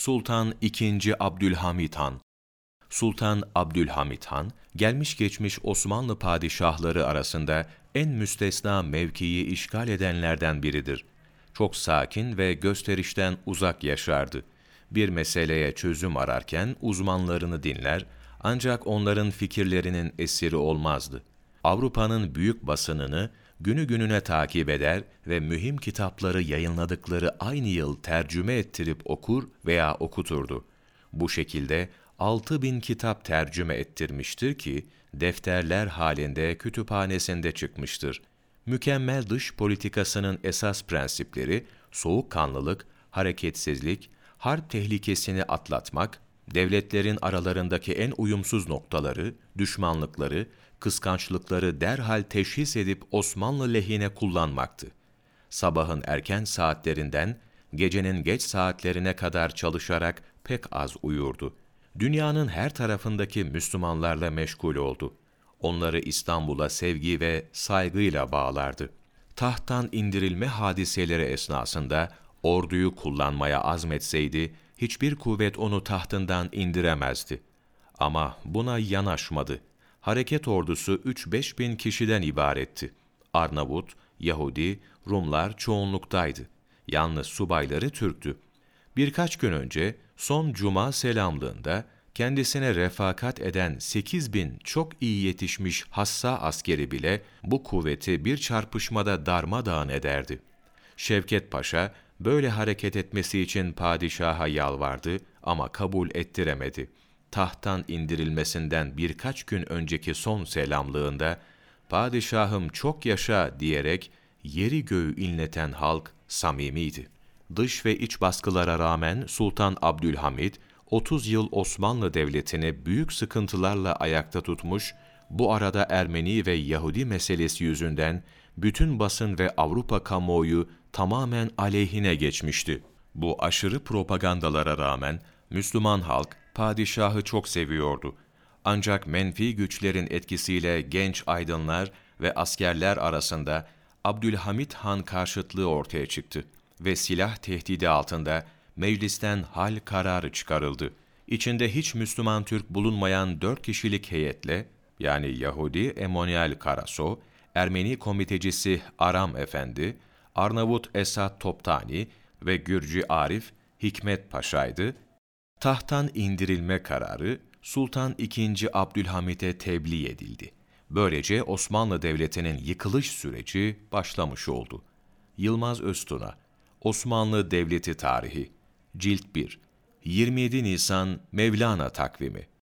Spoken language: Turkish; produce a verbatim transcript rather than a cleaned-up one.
Sultan ikinci. Abdülhamit Han. Sultan Abdülhamit Han, gelmiş geçmiş Osmanlı padişahları arasında en müstesna mevkiyi işgal edenlerden biridir. Çok sakin ve gösterişten uzak yaşardı. Bir meseleye çözüm ararken uzmanlarını dinler, ancak onların fikirlerinin esiri olmazdı. Avrupa'nın büyük basınını günü gününe takip eder ve mühim kitapları yayınladıkları aynı yıl tercüme ettirip okur veya okuturdu. Bu şekilde altı bin kitap tercüme ettirmiştir ki, defterler halinde kütüphanesinde çıkmıştır. Mükemmel dış politikasının esas prensipleri, soğukkanlılık, hareketsizlik, harp tehlikesini atlatmak, devletlerin aralarındaki en uyumsuz noktaları, düşmanlıkları, kıskançlıkları derhal teşhis edip Osmanlı lehine kullanmaktı. Sabahın erken saatlerinden gecenin geç saatlerine kadar çalışarak pek az uyurdu. Dünyanın her tarafındaki Müslümanlarla meşgul oldu. Onları İstanbul'a sevgi ve saygıyla bağlardı. Tahttan indirilme hadiseleri esnasında orduyu kullanmaya azmetseydi, hiçbir kuvvet onu tahtından indiremezdi. Ama buna yanaşmadı. Hareket ordusu üç beş bin kişiden ibaretti. Arnavut, Yahudi, Rumlar çoğunluktaydı. Yalnız subayları Türktü. Birkaç gün önce son cuma selamlığında kendisine refakat eden sekiz bin çok iyi yetişmiş hassa askeri bile bu kuvveti bir çarpışmada darmadağın ederdi. Şevket Paşa böyle hareket etmesi için padişaha yalvardı ama kabul ettiremedi. Tahttan indirilmesinden birkaç gün önceki son selamlığında "Padişahım çok yaşa" diyerek yeri göğü inleten halk samimiydi. Dış ve iç baskılara rağmen Sultan Abdülhamit, otuz yıl Osmanlı Devleti'ni büyük sıkıntılarla ayakta tutmuş, bu arada Ermeni ve Yahudi meselesi yüzünden bütün basın ve Avrupa kamuoyu tamamen aleyhine geçmişti. Bu aşırı propagandalara rağmen Müslüman halk padişahı çok seviyordu. Ancak menfi güçlerin etkisiyle genç aydınlar ve askerler arasında Abdülhamit Han karşıtlığı ortaya çıktı ve silah tehdidi altında meclisten hal kararı çıkarıldı. İçinde hiç Müslüman Türk bulunmayan dört kişilik heyetle, yani Yahudi Emanuel Karaso, Ermeni komitecisi Aram Efendi, Arnavut Esat Toptani ve Gürcü Arif Hikmet Paşa'ydı, tahttan indirilme kararı Sultan ikinci. Abdülhamit'e tebliğ edildi. Böylece Osmanlı Devleti'nin yıkılış süreci başlamış oldu. Yılmaz Öztuna, Osmanlı Devleti Tarihi, Cilt bir, yirmi yedi Nisan Mevlana Takvimi.